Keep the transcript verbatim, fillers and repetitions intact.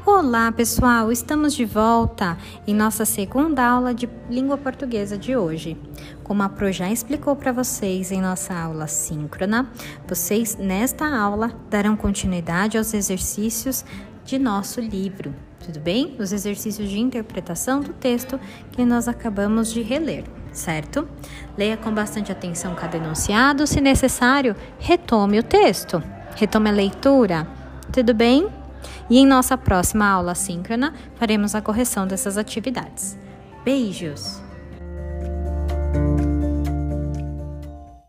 Olá, pessoal! Estamos de volta em nossa segunda aula de língua portuguesa de hoje. Como a Pro já explicou para vocês em nossa aula síncrona, vocês, nesta aula, darão continuidade aos exercícios de nosso livro, tudo bem? Os exercícios de interpretação do texto que nós acabamos de reler, certo? Leia com bastante atenção cada enunciado, se necessário, retome o texto, retome a leitura, tudo bem? E em nossa próxima aula síncrona, faremos a correção dessas atividades. Beijos!